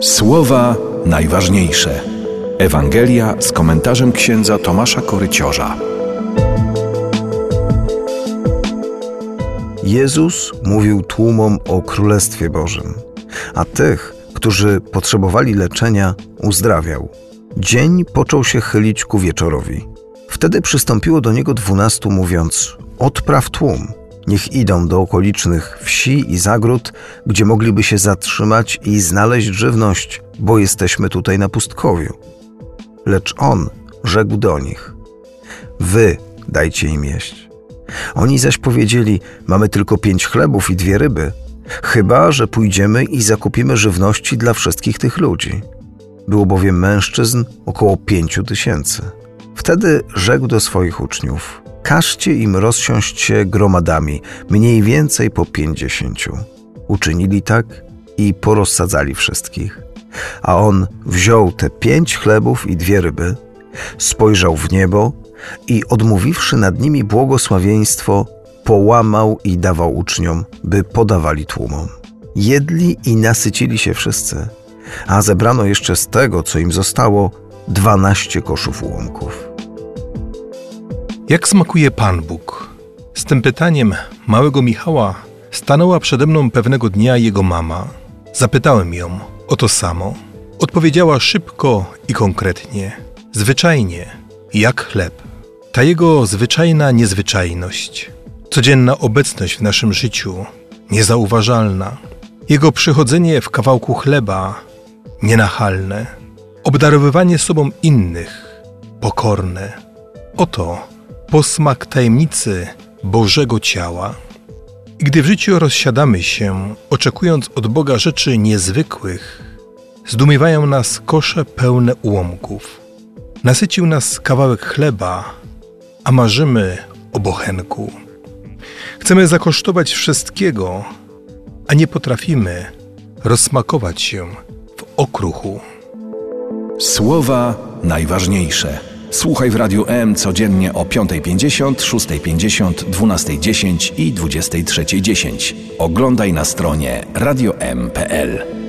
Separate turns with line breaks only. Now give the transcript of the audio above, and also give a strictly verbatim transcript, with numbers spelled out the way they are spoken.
Słowa najważniejsze. Ewangelia z komentarzem księdza Tomasza Koryciorza.
Jezus mówił tłumom o Królestwie Bożym, a tych, którzy potrzebowali leczenia, uzdrawiał. Dzień począł się chylić ku wieczorowi. Wtedy przystąpiło do niego dwunastu, mówiąc: odpraw tłum, niech idą do okolicznych wsi i zagród, gdzie mogliby się zatrzymać i znaleźć żywność, bo jesteśmy tutaj na pustkowiu. Lecz on rzekł do nich: wy dajcie im jeść. Oni zaś powiedzieli: mamy tylko pięć chlebów i dwie ryby, chyba że pójdziemy i zakupimy żywności dla wszystkich tych ludzi. Było bowiem mężczyzn około pięciu tysięcy. Wtedy rzekł do swoich uczniów: każcie im rozsiąść się gromadami, mniej więcej po pięćdziesięciu. Uczynili tak i porozsadzali wszystkich. A on wziął te pięć chlebów i dwie ryby, spojrzał w niebo i odmówiwszy nad nimi błogosławieństwo, połamał i dawał uczniom, by podawali tłumom. Jedli i nasycili się wszyscy, a zebrano jeszcze z tego, co im zostało, dwanaście koszów ułomków.
Jak smakuje Pan Bóg? Z tym pytaniem małego Michała stanęła przede mną pewnego dnia jego mama. Zapytałem ją o to samo. Odpowiedziała szybko i konkretnie, zwyczajnie, jak chleb. Ta jego zwyczajna niezwyczajność, codzienna obecność w naszym życiu, niezauważalna. Jego przychodzenie w kawałku chleba, nienachalne. Obdarowywanie sobą innych, pokorne. Oto posmak tajemnicy Bożego ciała. I gdy w życiu rozsiadamy się, oczekując od Boga rzeczy niezwykłych, zdumiewają nas kosze pełne ułomków. Nasycił nas kawałek chleba, a marzymy o bochenku. Chcemy zakosztować wszystkiego, a nie potrafimy rozsmakować się w okruchu.
Słowa najważniejsze. Słuchaj w Radiu M codziennie o piąta pięćdziesiąt, szósta pięćdziesiąt, dwunasta dziesięć i dwudziesta trzecia dziesięć. Oglądaj na stronie radio m kropka p l.